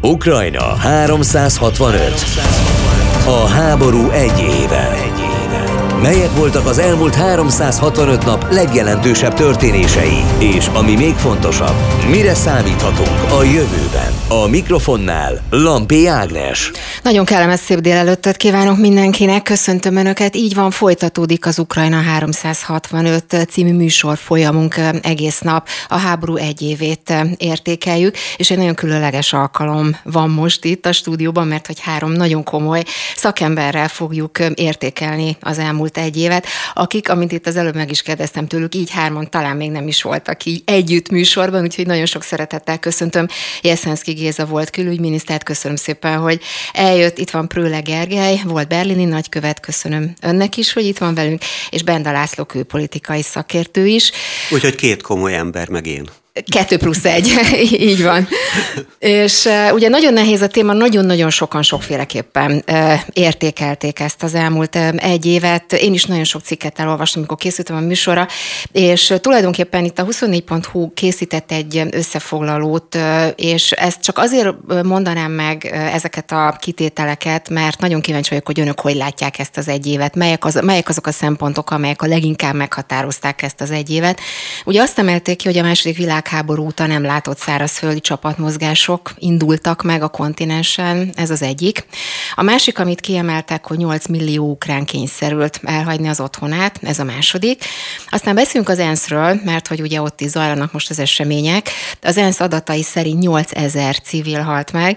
Ukrajna 365. A háború egy éve. Melyek voltak az elmúlt 365 nap legjelentősebb történései? És ami még fontosabb, mire számíthatunk a jövőben? A mikrofonnál Lampi Ágnes. Nagyon kellemes szép délelőttöt kívánok mindenkinek, köszöntöm Önöket. Így van, folytatódik az Ukrajna 365 című műsor folyamunk egész nap. A háború egy évét értékeljük, és egy nagyon különleges alkalom van most itt a stúdióban, mert hogy 3 nagyon komoly szakemberrel fogjuk értékelni az elmúlt egy évet, akik, amint itt az előbb meg is kérdeztem tőlük, így 3 talán még nem is voltak így együtt műsorban, úgyhogy nagyon sok szeretettel köszöntöm Jeszenszky Géza volt külügyminisztert, köszönöm szépen, hogy eljött, itt van Prölle Gergely, volt berlini nagykövet, köszönöm önnek is, hogy itt van velünk, és Benda László külpolitikai szakértő is. Úgyhogy 2 komoly ember meg én. 2+1, így van. És ugye nagyon nehéz a téma, nagyon-nagyon sokan sokféleképpen értékelték ezt az elmúlt egy évet. Én is nagyon sok cikket elolvastam, amikor készültem a műsorra, és tulajdonképpen itt a 24.hu készített egy összefoglalót, és ezt csak azért mondanám meg ezeket a kitételeket, mert nagyon kíváncsi vagyok, hogy önök hogy látják ezt az egy évet, melyek azok a szempontok, amelyek a leginkább meghatározták ezt az egy évet. Ugye azt emelték ki, hogy a második világháború óta nem látott szárazföldi csapatmozgások indultak meg a kontinensen, ez az egyik. A másik, amit kiemeltek, hogy 8 millió ukrán kényszerült elhagyni az otthonát, ez a második. Aztán beszélünk az ENSZ-ről, mert hogy ugye ott is zajlanak most az események. Az ENSZ adatai szerint 8000 civil halt meg.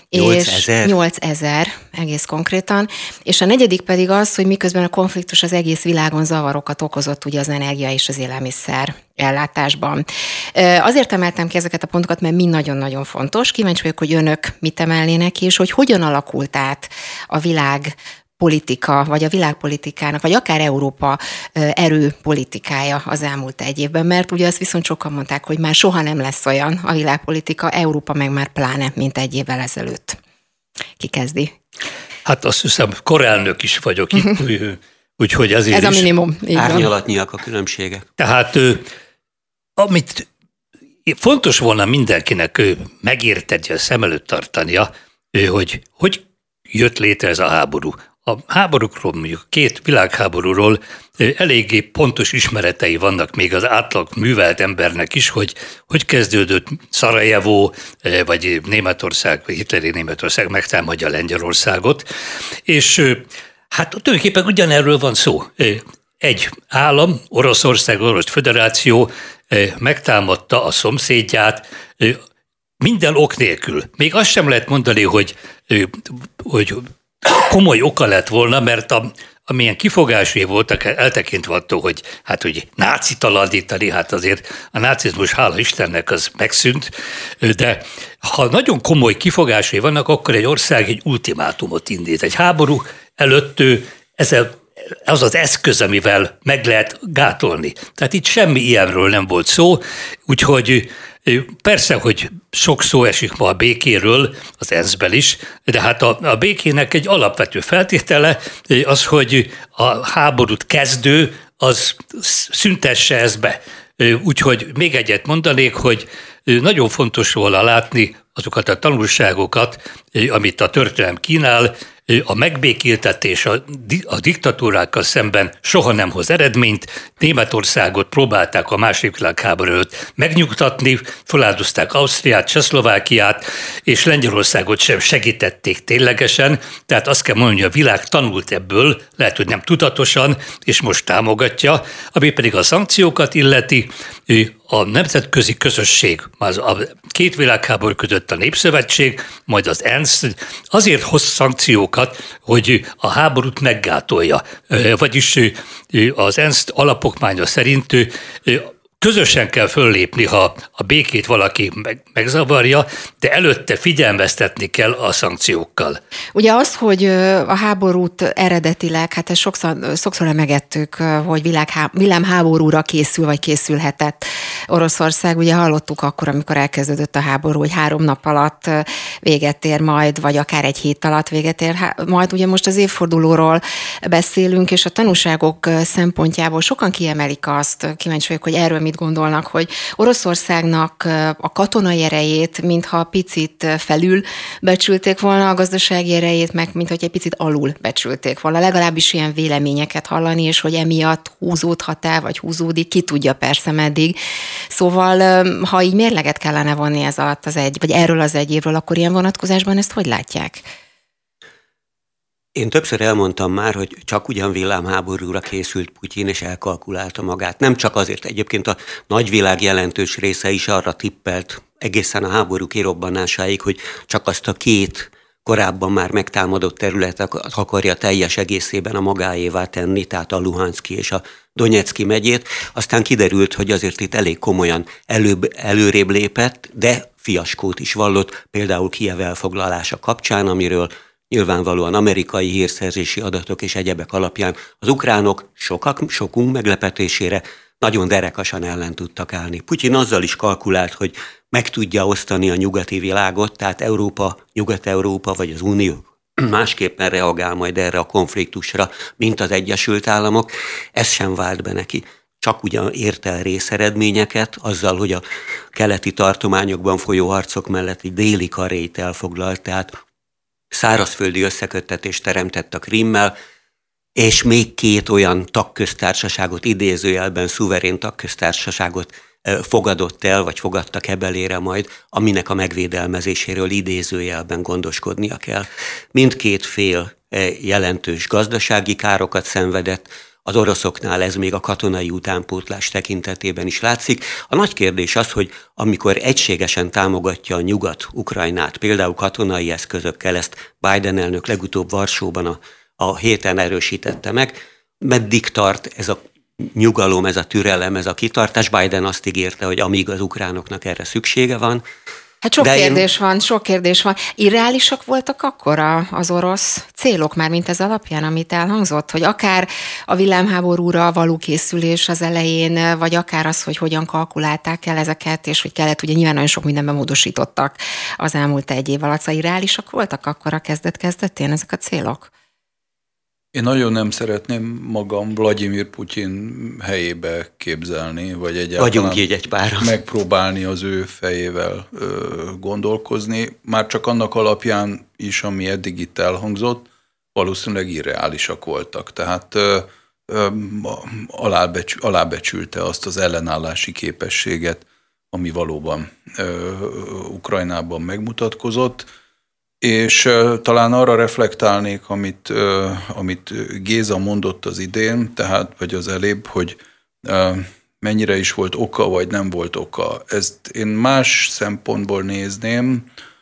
8000 egész konkrétan. És a negyedik pedig az, hogy miközben a konfliktus az egész világon zavarokat okozott ugye az energia és az élelmiszer ellátásban. Azért emeltem ki ezeket a pontokat, mert mind nagyon-nagyon fontos. Kíváncsi vagyok, hogy önök mit emelnének ki, és hogy hogyan alakult át a világ politika, vagy a világpolitikának, vagy akár Európa erőpolitikája az elmúlt egy évben, mert ugye azt viszont sokan mondták, hogy már soha nem lesz olyan a világpolitika, Európa meg már pláne, mint egy évvel ezelőtt. Ki kezdi? Hát azt hiszem, korelnök is vagyok itt, úgyhogy azért ez a minimum. Árnyalatnyiak a különbségek. Tehát amit fontos volna mindenkinek megérteni, szem előtt tartania, hogy jött létre ez a háború. A háborúkról, mondjuk 2 világháborúról eléggé pontos ismeretei vannak még az átlag művelt embernek is, hogy kezdődött Szarajevó, vagy Németország, vagy hitleri Németország megtámadja Lengyelországot, és hát tulajdonképpen ugyanerről van szó. Egy állam, Oroszország, Orosz Föderáció megtámadta a szomszédját minden ok nélkül. Még azt sem lehet mondani, hogy komoly oka lett volna, mert amilyen kifogásai voltak, eltekintve attól, hogy nácitalanítani, hát azért a nácizmus, hála Istennek, az megszűnt, de ha nagyon komoly kifogásai vannak, akkor egy ország egy ultimátumot indít. Egy háború előtt az az eszköz, amivel meg lehet gátolni. Tehát itt semmi ilyenről nem volt szó, úgyhogy persze, hogy sok szó esik ma a békéről, az ENSZ-ben is, de hát a békének egy alapvető feltétele az, hogy a háborút kezdő, az szüntesse ezt be. Úgyhogy még egyet mondanék, hogy nagyon fontos volna látni azokat a tanulságokat, amit a történelem kínál. A megbékéltetés a diktatúrákkal szemben soha nem hoz eredményt. Németországot próbálták a második világháború előtt megnyugtatni, feláldozták Ausztriát, Csehszlovákiát, és Lengyelországot sem segítették ténylegesen. Tehát azt kell mondani, hogy a világ tanult ebből, lehet, hogy nem tudatosan, és most támogatja, ami pedig a szankciókat illeti. A nemzetközi közösség, az a 2 világháború között a Népszövetség, majd az ENSZ azért hoz szankciókat, hogy a háborút meggátolja. Vagyis az ENSZ alapokmánya szerint közösen kell föllépni, ha a békét valaki megzavarja, de előtte figyelmeztetni kell a szankciókkal. Ugye az, hogy a háborút eredetileg, hát ezt sokszor emegettük, hogy világháborúra készül, vagy készülhetett Oroszország. Ugye hallottuk akkor, amikor elkezdődött a háború, hogy 3 nap alatt véget ér majd, vagy akár 1 hét alatt véget ér majd. Ugye most az évfordulóról beszélünk, és a tanúságok szempontjából sokan kiemelik azt, kíváncsi vagyok, hogy erről mit mit gondolnak, hogy Oroszországnak a katonai erejét, mintha picit felül becsülték volna, a gazdasági erejét, meg mintha egy picit alul becsülték volna. Legalábbis ilyen véleményeket hallani, és hogy emiatt húzódhat el, vagy húzódik, ki tudja persze meddig. Szóval, ha így mérleget kellene vonni ez alatt vagy erről az egy évről, akkor ilyen vonatkozásban ezt hogy látják? Én többször elmondtam már, hogy csak ugyan villámháborúra készült Putyin, és elkalkulálta magát. Nem csak azért, egyébként a nagyvilág jelentős része is arra tippelt egészen a háború kirobbanásáig, hogy csak azt a két korábban már megtámadott területet akarja teljes egészében a magáévá tenni, tehát a Luhanszki és a Donetszki megyét. Aztán kiderült, hogy azért itt elég komolyan előrébb lépett, de fiaskót is vallott, például Kijev elfoglalása kapcsán, amiről nyilvánvalóan amerikai hírszerzési adatok és egyebek alapján az ukránok sokunk meglepetésére nagyon derekasan ellen tudtak állni. Putyin azzal is kalkulált, hogy meg tudja osztani a nyugati világot, tehát Európa, Nyugat-Európa vagy az Unió másképpen reagál majd erre a konfliktusra, mint az Egyesült Államok. Ez sem vált be neki. Csak ugyan ért el részeredményeket, azzal, hogy a keleti tartományokban folyó harcok mellett egy déli karét elfoglalt, tehát szárazföldi összeköttetést teremtett a Krimmel, és még két olyan tagköztársaságot, idézőjelben szuverén tagköztársaságot fogadott el, vagy fogadtak ebelére majd, aminek a megvédelmezéséről idézőjelben gondoskodnia kell. Mindkét fél jelentős gazdasági károkat szenvedett, az oroszoknál ez még a katonai utánpótlás tekintetében is látszik. A nagy kérdés az, hogy amikor egységesen támogatja a nyugat Ukrajnát, például katonai eszközökkel, ezt Biden elnök legutóbb Varsóban a héten erősítette meg, meddig tart ez a nyugalom, ez a türelem, ez a kitartás. Biden azt ígérte, hogy amíg az ukránoknak erre szüksége van. Hát sok kérdés van. Irreálisak voltak akkor az orosz célok már, mint ez alapján, amit elhangzott, hogy akár a villámháborúra való készülés az elején, vagy akár az, hogy hogyan kalkulálták el ezeket, és hogy kellett, ugye nyilván nagyon sok mindenben módosítottak az elmúlt egy év alatt. Szóval irreálisak voltak akkor a kezdet-kezdetén ezek a célok? Én nagyon nem szeretném magam Vladimir Putyin helyébe képzelni, vagy egyáltalán megpróbálni az ő fejével gondolkozni. Már csak annak alapján is, ami eddig itt elhangzott, valószínűleg irreálisak voltak. Tehát alábecsülte azt az ellenállási képességet, ami valóban Ukrajnában megmutatkozott. És talán arra reflektálnék, amit Géza mondott az idén, tehát vagy az elébb, hogy mennyire is volt oka, vagy nem volt oka. Ezt én más szempontból nézném.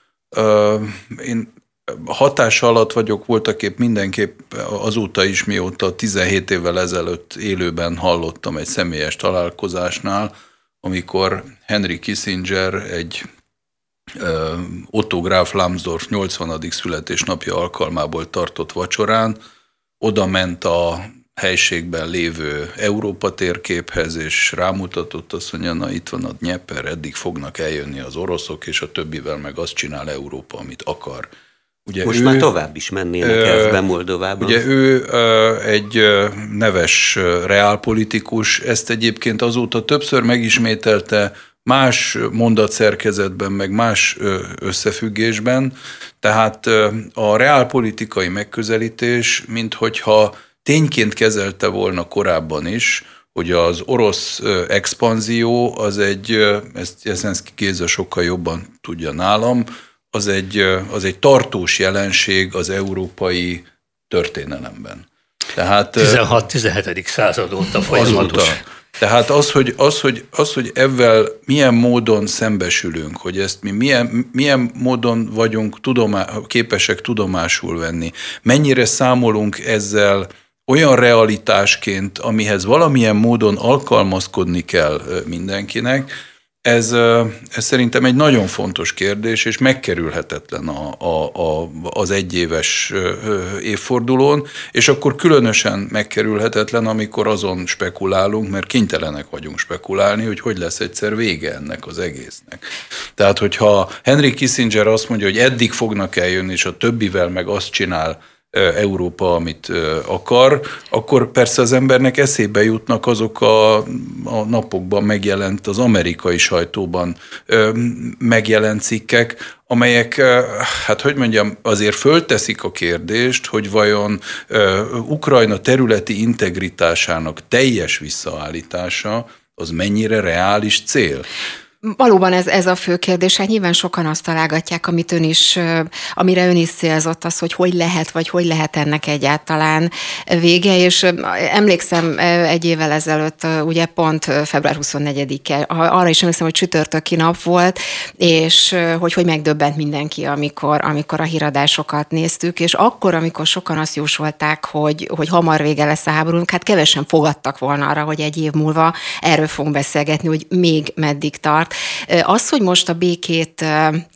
Én hatás alatt vagyok voltaképp mindenképp azóta is, mióta 17 évvel ezelőtt élőben hallottam egy személyes találkozásnál, amikor Henry Kissinger egy Otto Graf Lambsdorff 80. születésnapja alkalmából tartott vacsorán, oda ment a helységben lévő Európa térképhez, és rámutatott, azt mondja, na itt van a Dnyeper, eddig fognak eljönni az oroszok, és a többivel meg azt csinál Európa, amit akar. Ugye most már tovább is mennének elvben Moldovában. Ugye ő egy neves reálpolitikus, ezt egyébként azóta többször megismételte, más mondatszerkezetben, meg más összefüggésben, tehát a reálpolitikai megközelítés, minthogyha tényként kezelte volna korábban is, hogy az orosz expanzió az ezt Géza sokkal jobban tudja nálam, az egy tartós jelenség az európai történelemben. Tehát 16-17. század óta folyamatos. Tehát az, hogy ezzel milyen módon szembesülünk, hogy ezt mi milyen módon vagyunk képesek tudomásul venni, mennyire számolunk ezzel olyan realitásként, amihez valamilyen módon alkalmazkodni kell mindenkinek, ez szerintem egy nagyon fontos kérdés, és megkerülhetetlen az egyéves évfordulón, és akkor különösen megkerülhetetlen, amikor azon spekulálunk, mert kénytelenek vagyunk spekulálni, hogy lesz egyszer vége ennek az egésznek. Tehát, hogyha Henry Kissinger azt mondja, hogy eddig fognak eljönni, és a többivel meg azt csinál Európa, amit akar, akkor persze az embernek eszébe jutnak azok a napokban megjelent, az amerikai sajtóban megjelent cikkek, amelyek, hát hogy mondjam, azért fölteszik a kérdést, hogy vajon Ukrajna területi integritásának teljes visszaállítása az mennyire reális cél. Valóban ez a fő kérdés. Hát nyilván sokan azt találgatják, amire ön is célzott, az, hogy lehet, vagy hogy lehet ennek egyáltalán vége, és emlékszem egy évvel ezelőtt, ugye pont február 24-e, arra is emlékszem, hogy csütörtöki nap volt, és hogy megdöbbent mindenki, amikor a híradásokat néztük, és akkor, amikor sokan azt jósolták, hogy hamar vége lesz a háborúnak, hát kevesen fogadtak volna arra, hogy egy év múlva erről fogunk beszélgetni, hogy még meddig tart. Az, hogy most a békét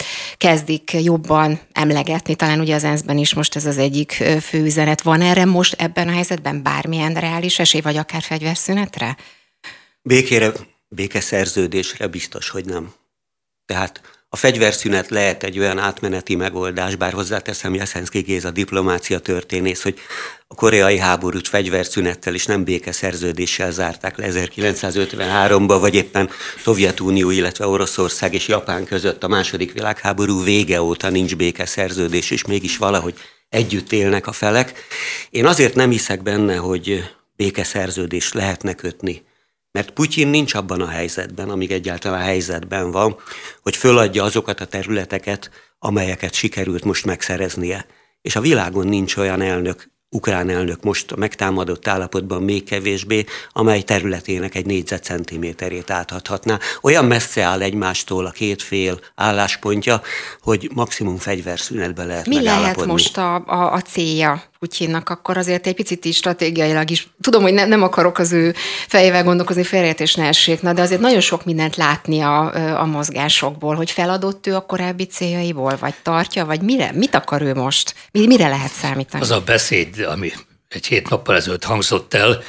kezdik jobban emlegetni, talán ugye az ENSZ-ben is most ez az egyik fő üzenet. Van erre most ebben a helyzetben bármilyen reális esély, vagy akár fegyverszünetre? Békére, békeszerződésre biztos, hogy nem. Tehát a fegyverszünet lehet egy olyan átmeneti megoldás, bár hozzáteszem, Jeszenszky Géza diplomácia történész, hogy a koreai háborút fegyverszünettel és nem békeszerződéssel zárták le 1953-ban, vagy éppen Szovjetunió, illetve Oroszország és Japán között a második világháború vége óta nincs békeszerződés, és mégis valahogy együtt élnek a felek. Én azért nem hiszek benne, hogy békeszerződést lehetne kötni, mert Putyin nincs abban a helyzetben, amíg egyáltalán helyzetben van, hogy föladja azokat a területeket, amelyeket sikerült most megszereznie. És a világon nincs olyan elnök, ukrán elnök most a megtámadott állapotban még kevésbé, amely területének egy négyzetcentiméterét áthathatná. Olyan messze áll egymástól a két fél álláspontja, hogy maximum fegyverszünetbe lehet megállapodni. Mi lehet most a célja Putyinnak? Akkor azért egy picit is stratégiailag is, tudom, hogy nem akarok az ő fejével gondolkozni, félreértés ne essék, de azért nagyon sok mindent látni a mozgásokból, hogy feladott ő a korábbi céljaiból, vagy tartja, vagy mire? Mit akar ő most? Mire lehet számítani? Az a beszéd, ami egy 7 nappal ezelőtt hangzott el,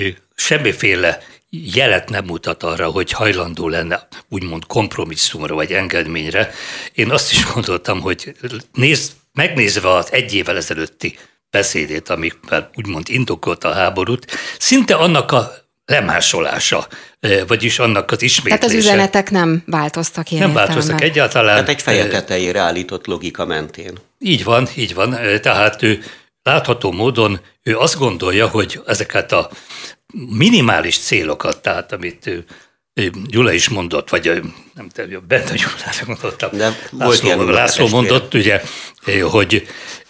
semmiféle jelet nem mutat arra, hogy hajlandó lenne úgymond kompromisszumra vagy engedményre. Én azt is gondoltam, hogy megnézve az egy évvel ezelőtti beszédét, amivel úgymond indokolta a háborút, szinte annak a lemásolása, vagyis annak az ismétlése. Tehát az üzenetek nem változtak ilyen Nem változtak egyáltalán. Tehát egy feje tetejére állított logika mentén. Így van. Tehát ő látható módon ő azt gondolja, hogy ezeket a minimális célokat, tehát amit Gyula is mondott, vagy nem tudom, Bent a Gyulára mondottam, László mondott, ugye, hogy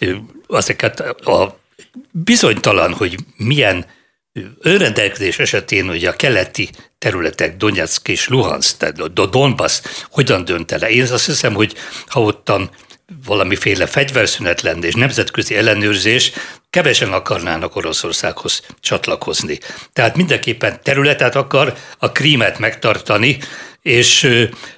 ezeket a bizonytalan, hogy milyen önrendelkezés esetén ugye a keleti területek, Donetsk és Luhansk, tehát Donbass hogyan dönt el. Én azt hiszem, hogy ha ottan valamiféle fegyverszünet lenne és nemzetközi ellenőrzés, kevesen akarnának Oroszországhoz csatlakozni. Tehát mindenképpen területet akar, a Krímet megtartani, és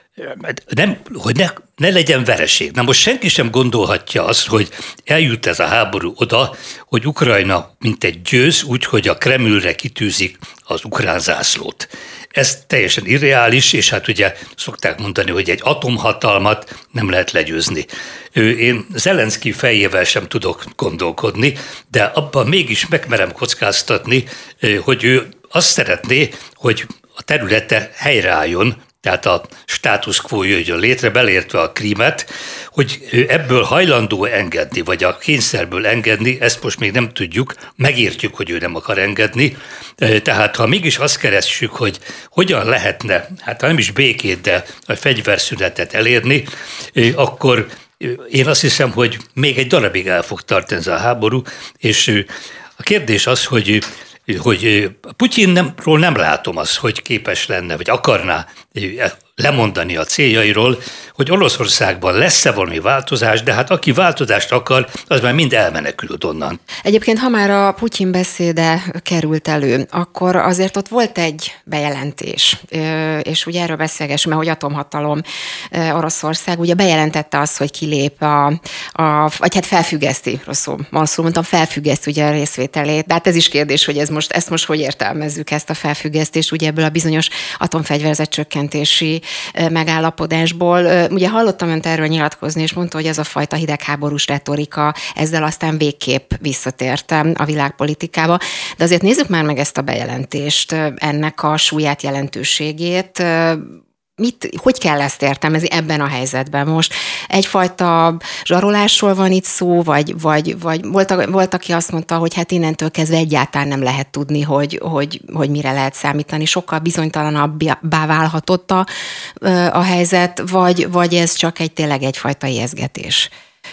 hogy ne legyen vereség. Na most senki sem gondolhatja azt, hogy eljut ez a háború oda, hogy Ukrajna mint egy győz, úgyhogy a Kremlre kitűzik az ukrán zászlót. Ez teljesen irreális, és hát ugye szokták mondani, hogy egy atomhatalmat nem lehet legyőzni. Én Zelenszky fejével sem tudok gondolkodni, de abban mégis megmerem kockáztatni, hogy ő azt szeretné, hogy a területe helyreálljon, tehát a status quo jöjjön létre, beleértve a Krímet, hogy ebből hajlandó engedni, vagy a kényszerből engedni, ezt most még nem tudjuk, megértjük, hogy ő nem akar engedni. Tehát ha mégis azt keressük, hogy hogyan lehetne, hát nem is békét, de a fegyverszünetet elérni, akkor én azt hiszem, hogy még egy darabig el fog tartani ez a háború, és a kérdés az, hogy Putyinról nem látom azt, hogy képes lenne, vagy akarná lemondani a céljairól, hogy Oroszországban lesz-e valami változás, de hát aki változást akar, az már mind elmenekül onnan. Egyébként, ha már a Putyin beszéde került elő, akkor azért ott volt egy bejelentés, és ugye erről beszélgessünk, mert hogy atomhatalom Oroszország, ugye bejelentette azt, hogy kilép vagy hát felfüggeszti, rosszul mondtam, felfüggeszti ugye a részvételét, de hát ez is kérdés, hogy ezt most hogy értelmezzük, ezt a felfüggesztést, ugye ebből a bizonyos atomfegyverzet csökkentési megállapodásból. Ugye hallottam önt erről nyilatkozni, és mondta, hogy ez a fajta hidegháborús retorika ezzel aztán végképp visszatért a világpolitikába. De azért nézzük már meg ezt a bejelentést, ennek a súlyát, jelentőségét. Hogy kell ezt értelmezni ebben a helyzetben most? Egyfajta zsarolásról van itt szó, vagy volt, aki azt mondta, hogy hát innentől kezdve egyáltalán nem lehet tudni, hogy mire lehet számítani. Sokkal bizonytalanabbá válhatott a helyzet, vagy ez csak tényleg egyfajta ijesztgetés?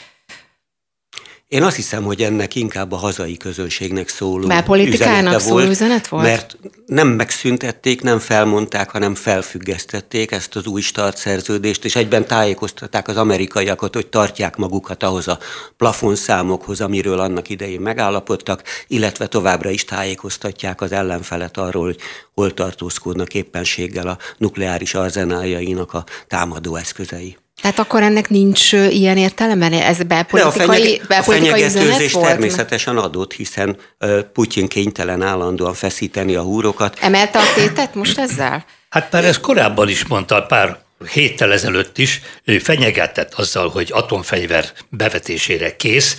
Én azt hiszem, hogy ennek inkább a hazai közönségnek szóló belpolitikának szóló üzenet volt? Mert nem megszüntették, nem felmondták, hanem felfüggesztették ezt az új START szerződést, és egyben tájékoztatták az amerikaiakat, hogy tartják magukat ahhoz a plafonszámokhoz, amiről annak idején megállapodtak, illetve továbbra is tájékoztatják az ellenfelet arról, hogy hol tartózkodnak éppenséggel a nukleáris arzenáljainak a támadó eszközei. Tehát akkor ennek nincs ilyen értelemben? Ez belpolitikai üzenet volt? Természetesen adott, hiszen Putyin kénytelen állandóan feszíteni a húrokat. Emelte a tétet most ezzel? Hát már ezt korábban is mondta, pár héttel ezelőtt is, ő fenyegetett azzal, hogy atomfegyver bevetésére kész.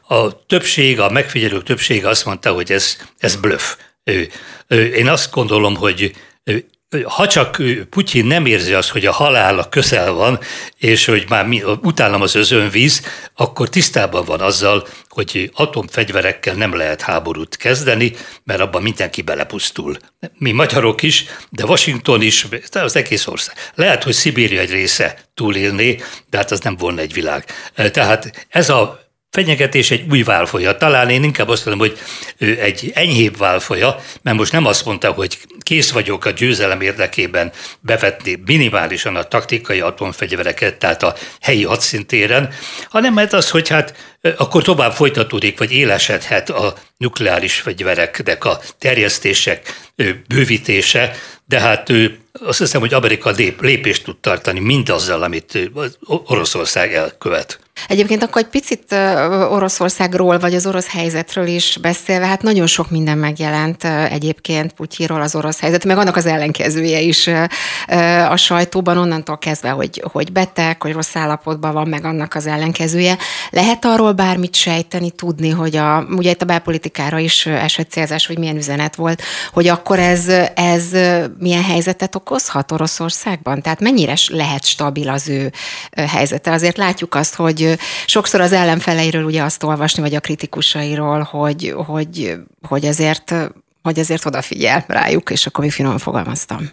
A megfigyelők többsége azt mondta, hogy ez bluff. Én azt gondolom, hogy ha csak Putyin nem érzi azt, hogy a halála közel van, és hogy már utálom az özönvíz, akkor tisztában van azzal, hogy atomfegyverekkel nem lehet háborút kezdeni, mert abban mindenki belepusztul. Mi magyarok is, de Washington is, az egész ország. Lehet, hogy Szibéria egy része túlélné, de hát az nem volna egy világ. Tehát ez a fenyegetés egy új válfaja. Talán én inkább azt mondom, hogy egy enyhébb válfaja, mert most nem azt mondta, hogy kész vagyok a győzelem érdekében bevetni minimálisan a taktikai atomfegyvereket, tehát a helyi hadszintéren, hanem mert az, hogy hát akkor tovább folytatódik, vagy élesedhet a nukleáris fegyvereknek a terjesztések bővítése, de hát azt hiszem, hogy Amerika lépést tud tartani mindazzal, amit Oroszország elkövet. Egyébként akkor egy picit Oroszországról, vagy az orosz helyzetről is beszélve, hát nagyon sok minden megjelent egyébként Putyinról, az orosz helyzet, meg annak az ellenkezője is a sajtóban, onnantól kezdve, hogy beteg, hogy rossz állapotban van, meg annak az ellenkezője. Lehet arról bármit sejteni, tudni, hogy ugye itt a belpolitikára is esett célzás, hogy milyen üzenet volt, hogy akkor ez milyen helyzetet okozhat Oroszországban? Tehát mennyire lehet stabil az ő helyzete? Azért látjuk azt, hogy sokszor az ellenfeleiről ugye azt olvasni, vagy a kritikusairól, hogy azért odafigyel rájuk, és akkor még finoman fogalmaztam.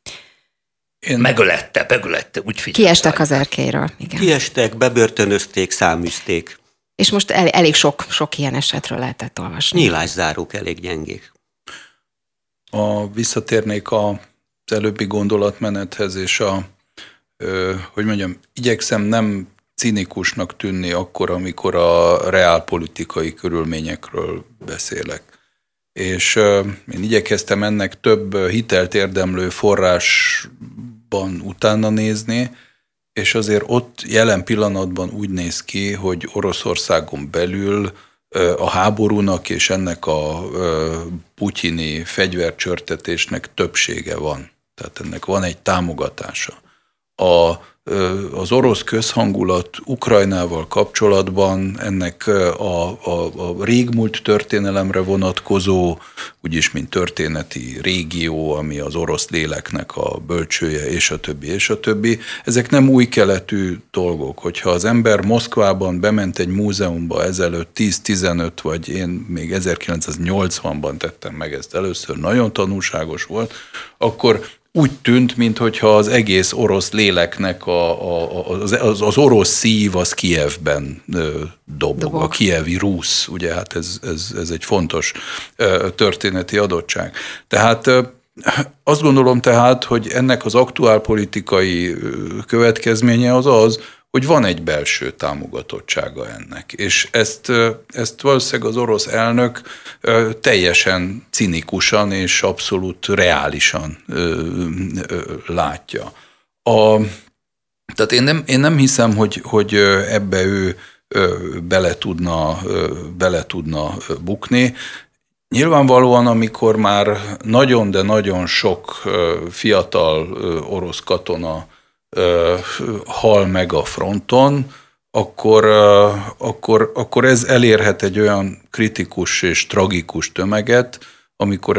Megölette, úgy figyeltem. Kiestek az erkélyről. Igen. Kiestek, bebörtönözték, száműzték. És most elég sok ilyen esetről lehetett olvasni. Nyílászárók elég gyengék. Visszatérnék az előbbi gondolatmenethez, és igyekszem nem cinikusnak tűnni akkor, amikor a reálpolitikai körülményekről beszélek. És én igyekeztem ennek több hitelt érdemlő forrásban utána nézni, és azért ott jelen pillanatban úgy néz ki, hogy Oroszországon belül a háborúnak és ennek a putyini fegyvercsörtetésnek többsége van. Tehát ennek van egy támogatása. Az orosz közhangulat Ukrajnával kapcsolatban ennek a régmúlt történelemre vonatkozó, úgyis mint történeti régió, ami az orosz léleknek a bölcsője, és a többi, ezek nem új keletű dolgok. Hogyha az ember Moszkvában bement egy múzeumba ezelőtt 10-15, vagy én még 1980-ban tettem meg ezt először, nagyon tanulságos volt, akkor úgy tűnt, mintha az egész orosz léleknek az orosz szív az Kijevben dobog, a kijevi rusz, ugye hát ez egy fontos történeti adottság. Tehát azt gondolom tehát, hogy ennek az aktuálpolitikai következménye az, hogy van egy belső támogatottsága ennek. És ezt valószínűleg az orosz elnök teljesen cinikusan és abszolút reálisan látja. Tehát én nem hiszem, hogy ebbe ő bele tudna bukni. Nyilvánvalóan, amikor már nagyon, de nagyon sok fiatal orosz katona hal meg a fronton, akkor ez elérhet egy olyan kritikus és tragikus tömeget, amikor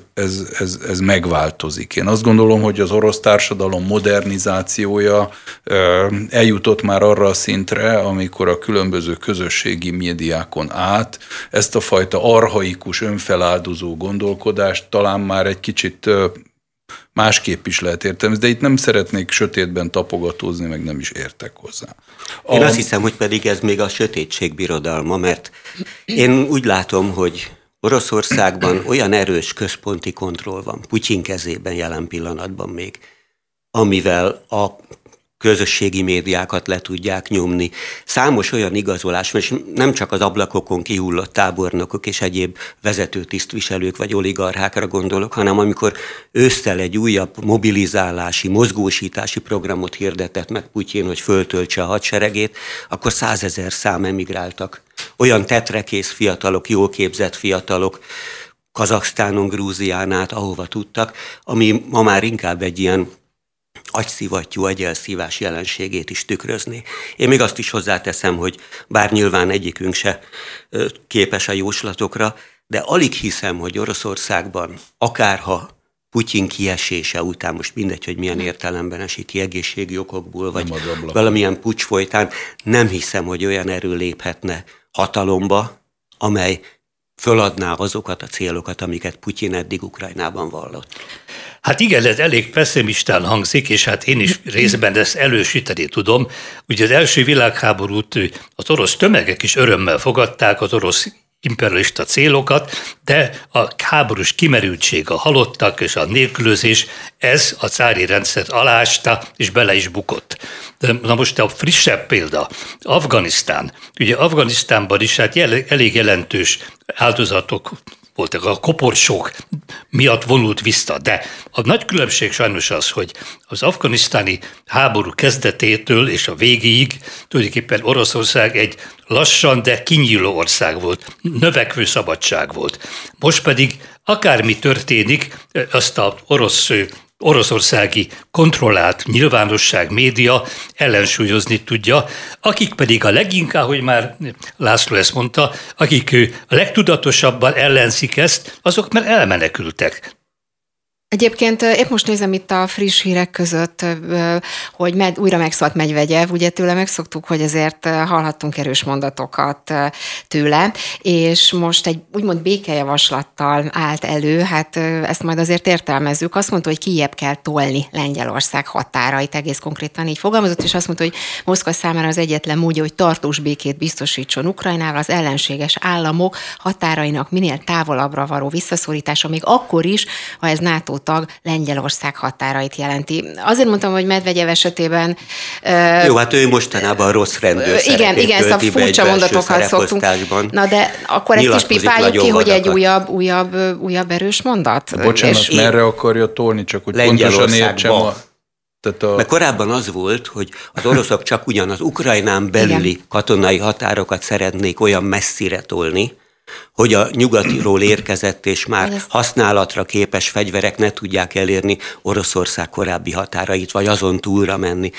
ez megváltozik. Én azt gondolom, hogy az orosz társadalom modernizációja eljutott már arra a szintre, amikor a különböző közösségi médiákon át ezt a fajta archaikus, önfeláldozó gondolkodást talán már egy kicsit másképp is lehet értelmezni, de itt nem szeretnék sötétben tapogatózni, meg nem is értek hozzá. Én azt hiszem, hogy pedig ez még a sötétség birodalma, mert én úgy látom, hogy Oroszországban olyan erős központi kontroll van, Putyin kezében jelen pillanatban még, amivel a közösségi médiákat le tudják nyomni. Számos olyan igazolás, és nem csak az ablakokon kihullott tábornokok és egyéb vezető tisztviselők vagy oligarchákra gondolok, hanem amikor ősszel egy újabb mobilizálási, mozgósítási programot hirdetett meg Putyin, hogy föltöltse a hadseregét, akkor 100 000 szám emigráltak. Olyan tetrekész fiatalok, jól képzett fiatalok, Kazaksztánon, Grúzián át, ahova tudtak, ami ma már inkább egy ilyen agyszivattyú, agyelszívás jelenségét is tükrözni. Én még azt is hozzáteszem, hogy bár nyilván egyikünk se képes a jóslatokra, de alig hiszem, hogy Oroszországban, akárha Putyin kiesése után, most mindegy, hogy milyen értelemben esik ki, egészségi okokból, vagy valamilyen puccs folytán, nem hiszem, hogy olyan erő léphetne hatalomba, amely föladná azokat a célokat, amiket Putyin eddig Ukrajnában vallott. Hát igen, ez elég pessimistán hangzik, és hát én is részben ezt elősíteni tudom. Ugye az első világháborút az orosz tömegek is örömmel fogadták, az orosz imperialista célokat, de a háborús kimerültség, a halottak és a nélkülözés, ez a cári rendszert aláásta, és bele is bukott. De na most a frissebb példa, Afganisztán. Ugye Afganisztánban is hát elég jelentős áldozatok voltak, a koporsók miatt vonult vissza. De a nagy különbség sajnos az, hogy az afganisztáni háború kezdetétől és a végéig tulajdonképpen Oroszország egy lassan, de kinyíló ország volt, növekvő szabadság volt. Most pedig akármi történik, azt az oroszországi kontrollált nyilvánosság, média ellensúlyozni tudja, akik pedig a leginkább, hogy már László ezt mondta, akik a legtudatosabban ellenzik ezt, azok már elmenekültek. Egyébként épp most nézem itt a friss hírek között, hogy újra megszólalt Medvegyev, ugye tőle megszoktuk, hogy azért hallhattunk erős mondatokat tőle, és most egy úgymond békejavaslattal állt elő, hát ezt majd azért értelmezzük. Azt mondta, hogy kijebb kell tolni Lengyelország határait, egész konkrétan így fogalmazott, és azt mondta, hogy Moszkva számára az egyetlen módja, hogy tartós békét biztosítson Ukrajnával, az ellenséges államok határainak minél távolabbra való visszaszorítása, még akkor is, ha ez NATO tag Lengyelország határait jelenti. Azért mondtam, hogy Medvegyev esetében... Jó, hát ő mostanában rossz rendőr igen, szóval furcsa mondatokat szoktunk. Na de akkor ezt is pipáljuk ki, hogy egy újabb erős mondat? Bocsánat, és merre akarja tolni, csak hogy pontosan értsem Mert korábban az volt, hogy az oroszok csak ugyan az Ukrajnán belüli katonai határokat szeretnék olyan messzire tolni, hogy a nyugatiról érkezett és már használatra képes fegyverek ne tudják elérni Oroszország korábbi határait, vagy azon túlra menni.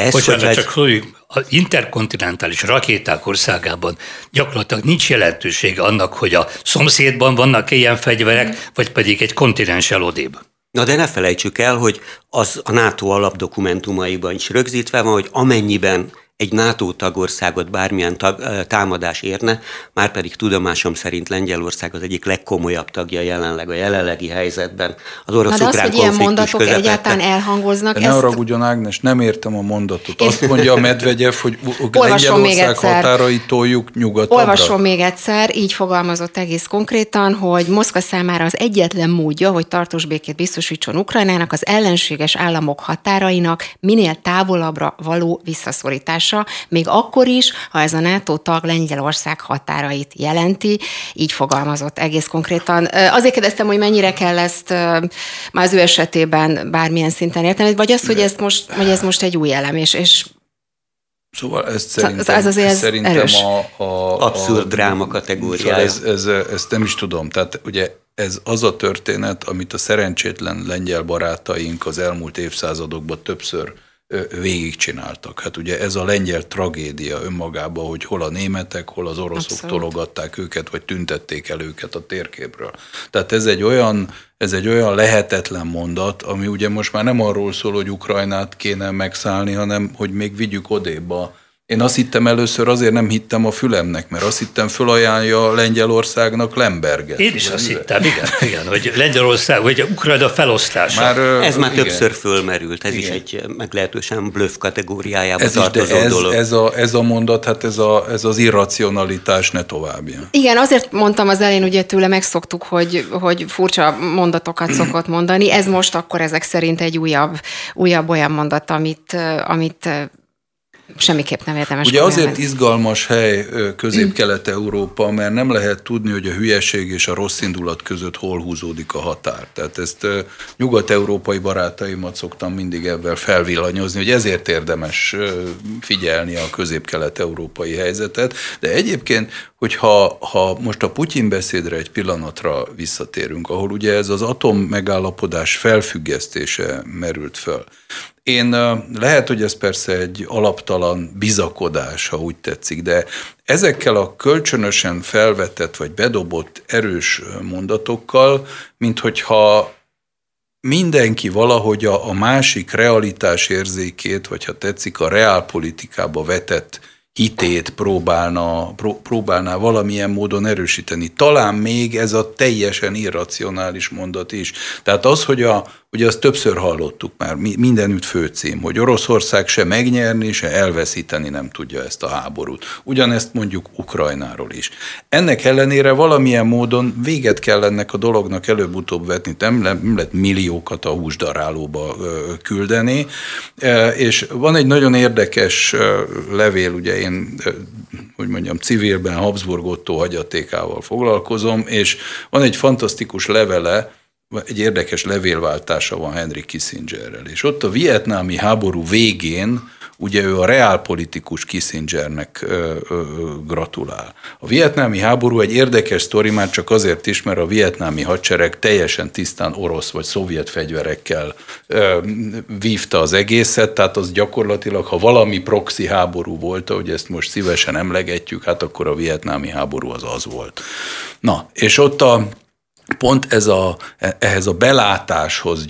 Csak az interkontinentális rakéták országában gyakorlatilag nincs jelentősége annak, hogy a szomszédban vannak ilyen fegyverek, vagy pedig egy kontinenssel odébb. Na de ne felejtsük el, hogy az a NATO alapdokumentumaiban is rögzítve van, hogy amennyiben egy NATO tagországot bármilyen támadás érne, márpedig tudomásom szerint Lengyelország az egyik legkomolyabb tagja jelenleg a jelenlegi helyzetben. Az orosz-ukrán konfliktus közepette. Ilyen mondatok egyáltalán elhangoznak. Ne haragudjon, Ágnes, nem értem a mondatot. Azt mondja a Medvegyev, hogy Lengyelország határait toljuk nyugatabbra. Olvasom még egyszer, így fogalmazott egész konkrétan, hogy Moszkva számára az egyetlen módja, hogy tartós békét biztosítson Ukrajnának, az ellenséges államok határainak minél távolabbra való visszaszorítása, még akkor is, ha ez a NATO tag Lengyelország határait jelenti, így fogalmazott egész konkrétan. Azért kérdeztem, hogy mennyire kell ezt már az ő esetében bármilyen szinten érteni, vagy az, hogy ez most egy új elem, és Szóval ezt szerintem abszurd dráma kategóriája. Ezt nem is tudom. Tehát ugye ez az a történet, amit a szerencsétlen lengyel barátaink az elmúlt évszázadokban többször végigcsináltak. Hát ugye ez a lengyel tragédia önmagában, hogy hol a németek, hol az oroszok tologatták őket, vagy tüntették el őket a térképről. Tehát ez egy olyan lehetetlen mondat, ami ugye most már nem arról szól, hogy Ukrajnát kéne megszállni, hanem hogy még vigyük odébb. Én azt hittem először, azért nem hittem a fülemnek, mert azt hittem fölajánlja Lengyelországnak Lemberget. Én is azt hittem, igen, hogy Lengyelország, vagy Ukrajna felosztása. Ez már többször fölmerült, ez is egy meglehetősen bluff kategóriájába tartozó dolog. Ez a mondat, hát ez az irracionalitás ne továbbja. Igen, azért mondtam az elején, ugye tőle megszoktuk, hogy furcsa mondatokat szokott mondani. Ez most akkor ezek szerint egy újabb olyan mondat, amit semmiképp nem érdemes. Ugye azért izgalmas hely Közép-Kelet-Európa, mert nem lehet tudni, hogy a hülyeség és a rossz indulat között hol húzódik a határ. Tehát ezt nyugat-európai barátaimat szoktam mindig ebben felvillanyozni, hogy ezért érdemes figyelni a közép-kelet-európai helyzetet. De egyébként, hogyha most a Putyin beszédre egy pillanatra visszatérünk, ahol ugye ez az atommegállapodás felfüggesztése merült föl. Lehet, hogy ez persze egy alaptalan bizakodás, ha úgy tetszik, de ezekkel a kölcsönösen felvetett vagy bedobott erős mondatokkal, minthogyha mindenki valahogy a másik realitás érzékét, vagy ha tetszik, a reálpolitikába vetett hitét próbálná valamilyen módon erősíteni. Talán még ez a teljesen irracionális mondat is. Tehát az, hogy ugye azt többször hallottuk már, mindenütt főcím, hogy Oroszország se megnyerni, se elveszíteni nem tudja ezt a háborút. Ugyanezt mondjuk Ukrajnáról is. Ennek ellenére valamilyen módon véget kell ennek a dolognak előbb-utóbb vetni, nem lehet milliókat a húsdarálóba küldeni, és van egy nagyon érdekes levél, ugye én, hogy mondjam, civilben Habsburg Ottó hagyatékával foglalkozom, és van egy fantasztikus levele, egy érdekes levélváltása van Henry Kissingerrel, és ott a vietnámi háború végén ugye ő a reálpolitikus Kissingernek gratulál. A vietnámi háború egy érdekes sztori, már csak azért is, mert a vietnámi hadsereg teljesen tisztán orosz vagy szovjet fegyverekkel vívta az egészet, tehát az gyakorlatilag, ha valami proxy háború volt, ahogy ezt most szívesen emlegetjük, hát akkor a vietnámi háború az volt. Na, és ott pont ehhez a belátáshoz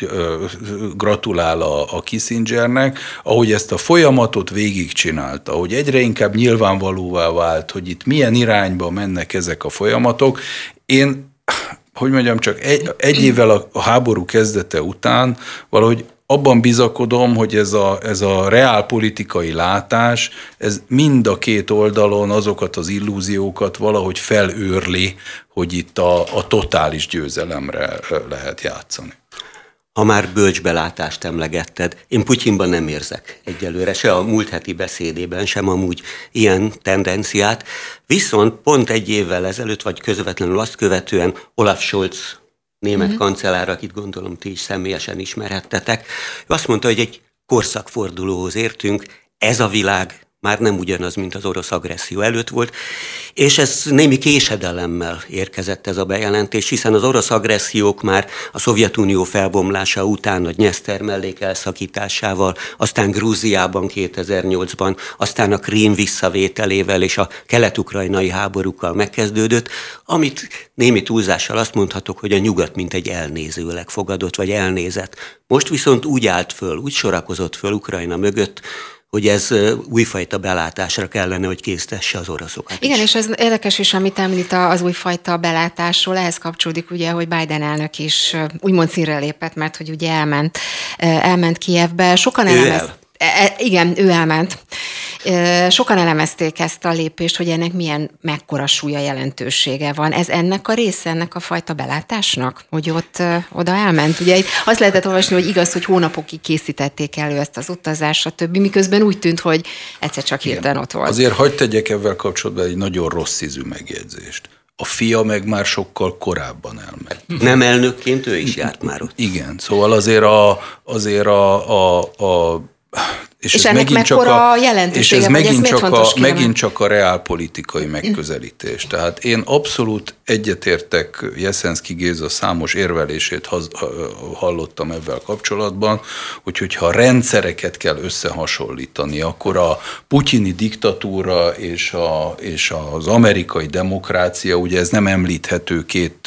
gratulál a Kissingernek, ahogy ezt a folyamatot végigcsinálta, hogy egyre inkább nyilvánvalóvá vált, hogy itt milyen irányba mennek ezek a folyamatok. Én, hogy mondjam, csak egy évvel a háború kezdete után valahogy abban bizakodom, hogy ez a reálpolitikai látás, ez mind a két oldalon azokat az illúziókat valahogy felőrli, hogy itt a totális győzelemre lehet játszani. Ha már bölcsbelátást emlegetted, én Putyinban nem érzek egyelőre, se a múlt heti beszédében, sem amúgy ilyen tendenciát. Viszont pont egy évvel ezelőtt, vagy közvetlenül azt követően Olaf Scholz német kancellár, akit gondolom ti is személyesen ismerhettetek, ő azt mondta, hogy egy korszakfordulóhoz értünk, ez a világ már nem ugyanaz, mint az orosz agresszió előtt volt, és ez némi késedelemmel érkezett ez a bejelentés, hiszen az orosz agressziók már a Szovjetunió felbomlása után a Dnyeszter mellék elszakításával, aztán Grúziában 2008-ban, aztán a Krím visszavételével és a kelet-ukrajnai háborúkkal megkezdődött, amit némi túlzással azt mondhatok, hogy a nyugat mint egy elnézőleg fogadott, vagy elnézett. Most viszont úgy állt föl, úgy sorakozott föl Ukrajna mögött, hogy ez újfajta belátásra kellene, hogy késztesse az oroszokat. Igen, és ez érdekes is, amit említ az újfajta belátásról, ehhez kapcsolódik ugye, hogy Biden elnök is úgymond színre lépett, mert hogy ugye elment Kijevbe. Sokan igen, ő elment. Sokan elemezték ezt a lépést, hogy ennek mekkora súlya, jelentősége van. Ez ennek a része, ennek a fajta belátásnak, hogy oda elment. Ugye azt lehetett olvasni, hogy igaz, hogy hónapokig készítették elő ezt az utazást, stb. Miközben úgy tűnt, hogy egyszer csak hirtelen ott volt. Azért hagyd tegyek ebben kapcsolatban egy nagyon rossz ízű megjegyzést. A fia meg már sokkal korábban elment. Nem elnökként ő is járt már ott. Igen, szóval azért És ennek mekkora jelentősége, vagy ez miért fontos megint csak a reálpolitikai megközelítés. Tehát én abszolút egyetértek Jeszenszky Géza számos érvelését hallottam ebben kapcsolatban, hogyha rendszereket kell összehasonlítani, akkor a putyini diktatúra és az amerikai demokrácia, ugye ez nem említhető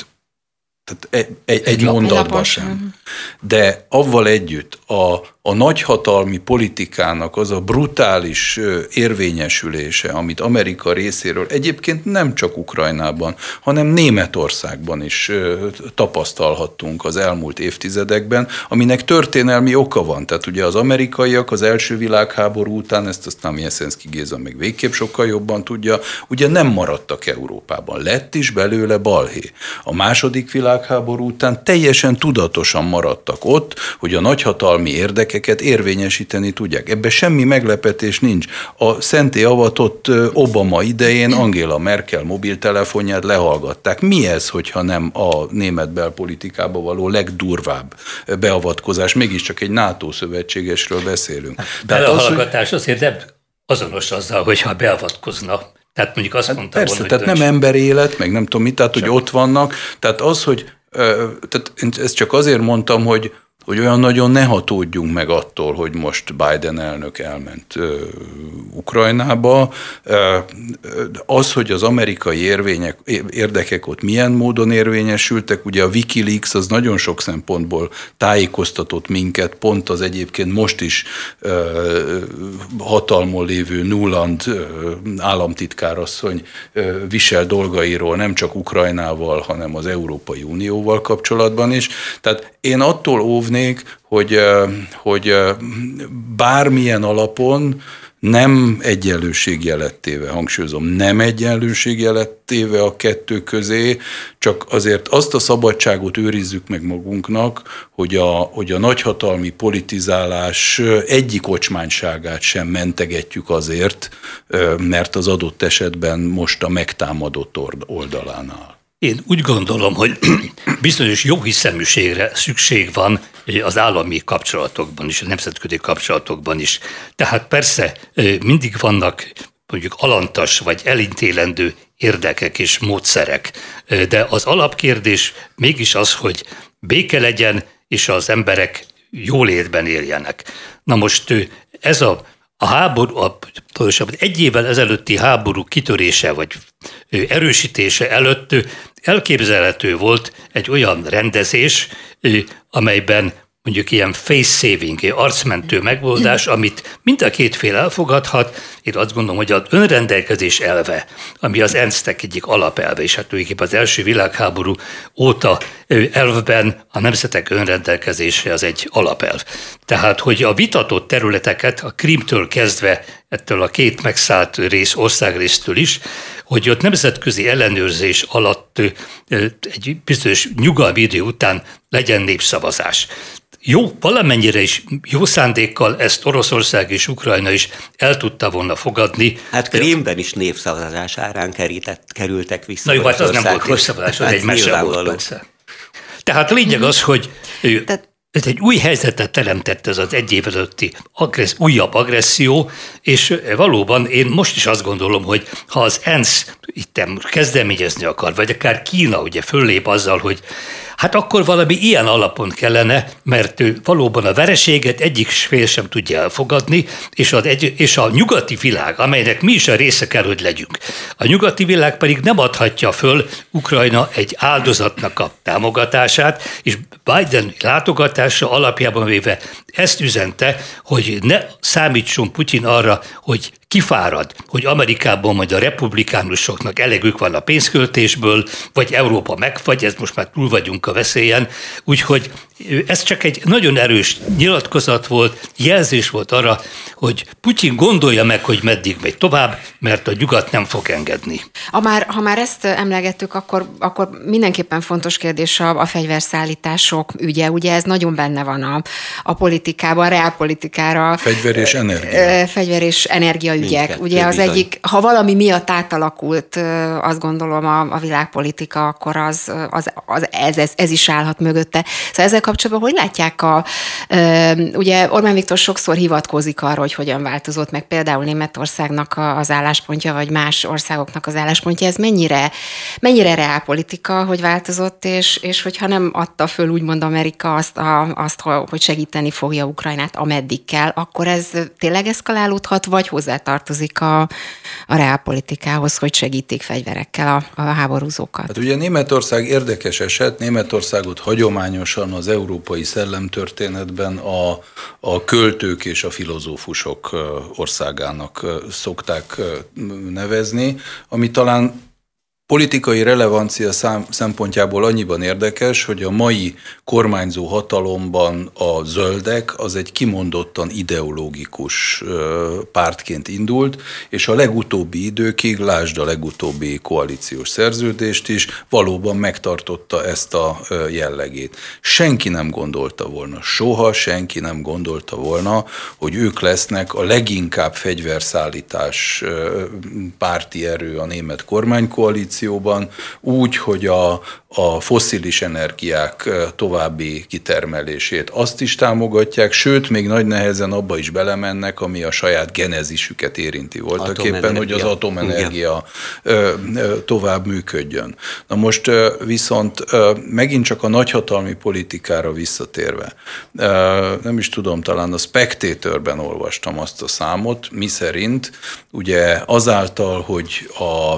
egy mondatban sem. De avval együtt a nagyhatalmi politikának az a brutális érvényesülése, amit Amerika részéről egyébként nem csak Ukrajnában, hanem Németországban is tapasztalhattunk az elmúlt évtizedekben, aminek történelmi oka van. Tehát ugye az amerikaiak az első világháború után, ezt aztán Jeszenszky Géza meg végképp sokkal jobban tudja, ugye nem maradtak Európában. Lett is belőle balhé. A második világháború után teljesen tudatosan maradtak ott, hogy a nagyhatalmi érdekeket érvényesíteni tudják. Ebben semmi meglepetés nincs. A szenté avatott Obama idején Angela Merkel mobiltelefonját lehallgatták. Mi ez, hogyha nem a német belpolitikába való legdurvább beavatkozás? Mégiscsak egy NATO szövetségesről beszélünk. Belehallgatás azért nem azonos azzal, hogyha beavatkozna. Tehát mondjuk azt mondtam persze, volna, tehát nem emberélet, meg nem tudom mit, tehát hogy ott vannak. Tehát az, hogy tehát ezt csak azért mondtam, hogy olyan nagyon ne hatódjunk meg attól, hogy most Biden elnök elment Ukrajnába. Az, hogy az amerikai érdekek ott milyen módon érvényesültek, ugye a WikiLeaks az nagyon sok szempontból tájékoztatott minket, pont az egyébként most is hatalmon lévő Nuland államtitkárasszony visel dolgairól, nem csak Ukrajnával, hanem az Európai Unióval kapcsolatban is. Tehát én attól óvnék, hogy bármilyen alapon nem egyenlőségjelet téve, hangsúlyozom, nem egyenlőségjelet téve a kettő közé, csak azért azt a szabadságot őrizzük meg magunknak, hogy a nagyhatalmi politizálás egyik ocsmányságát sem mentegetjük azért, mert az adott esetben most a megtámadott oldalán áll. Én úgy gondolom, hogy bizonyos jóhiszeműségre szükség van az állami kapcsolatokban is, a nemzetközi kapcsolatokban is. Tehát persze mindig vannak mondjuk alantas vagy elintélendő érdekek és módszerek, de az alapkérdés mégis az, hogy béke legyen, és az emberek jólétben éljenek. Na most ez a háború, egy évvel ezelőtti háború kitörése vagy erősítése előtt elképzelhető volt egy olyan rendezés, amelyben mondjuk ilyen face-saving, arcmentő megoldás, amit mind a két fél elfogadhat. Én azt gondolom, hogy az önrendelkezés elve, ami az ENSZ-nek egyik alapelve, és hát tulajdonképpen az első világháború óta elvben a nemzetek önrendelkezése az egy alapelv. Tehát, hogy a vitatott területeket, a Krímtől kezdve, ettől a két megszállt országrésztől is, hogy ott nemzetközi ellenőrzés alatt egy bizonyos nyugalmi idő után legyen népszavazás. Jó, valamennyire is jó szándékkal ezt Oroszország és Ukrajna is el tudta volna fogadni. Hát Krímben is népszavazás árán kerültek vissza. Na jó, hát az nem volt népszavazás, az egy mese volt persze. Tehát a lényeg az, hogy ez egy új helyzetet teremtett ez az egy év előtti újabb agresszió, és valóban én most is azt gondolom, hogy ha az ENSZ itt kezdeményezni akar, vagy akár Kína ugye föllép azzal, hogy hát akkor valami ilyen alapon kellene, mert valóban a vereséget egyik fél sem tudja elfogadni, és a nyugati világ, amelynek mi is a része kell, hogy legyünk. A nyugati világ pedig nem adhatja föl Ukrajna egy áldozatnak a támogatását, és Biden látogatása alapjában véve ezt üzente, hogy ne számítson Putyin arra, hogy kifárad, hogy Amerikában majd a republikánusoknak elegük van a pénzköltésből, vagy Európa megfagy, ez most már túl vagyunk a veszélyen. Úgyhogy ez csak egy nagyon erős nyilatkozat volt, jelzés volt arra, hogy Putyin gondolja meg, hogy meddig megy tovább, mert a nyugat nem fog engedni. Ha már ezt emlegettük, akkor mindenképpen fontos kérdés a fegyverszállítások ügye. Ugye ez nagyon benne van a politikai politikában, reálpolitikára. Fegyver és energia. Fegyver és energiaügyek. Mindkettő Ugye az bizony. egyik, ha valami miatt átalakult, azt gondolom a világpolitika, akkor ez is állhat mögötte. Szóval ezzel kapcsolatban hogy látják ugye Orbán Viktor sokszor hivatkozik arra, hogy hogyan változott meg például Németországnak az álláspontja, vagy más országoknak az álláspontja. Ez mennyire reálpolitika, hogy változott, és hogyha nem adta föl úgymond Amerika azt, hogy segíteni fogja Ukrajnát, ameddig kell, akkor ez tényleg eszkalálódhat, vagy hozzátartozik a reálpolitikához, hogy segítik fegyverekkel a háborúzókat? Hát ugye Németország érdekes eset, Németországot hagyományosan az európai szellemtörténetben a költők és a filozófusok országának szokták nevezni, ami talán politikai relevancia szempontjából annyiban érdekes, hogy a mai kormányzó hatalomban a zöldek az egy kimondottan ideológikus pártként indult, és a legutóbbi időkig, lásd a legutóbbi koalíciós szerződést is, valóban megtartotta ezt a jellegét. Senki nem gondolta volna, soha senki nem gondolta volna, hogy ők lesznek a leginkább fegyverszállítás párti erő a német kormánykoalíció, úgy, hogy a fosszilis energiák további kitermelését azt is támogatják, sőt, még nagy nehezen abba is belemennek, ami a saját genezisüket érinti voltaképpen, hogy az atomenergia tovább működjön. Na most viszont megint csak a nagyhatalmi politikára visszatérve, nem is tudom, talán a Spectatorben olvastam azt a számot, miszerint ugye azáltal, hogy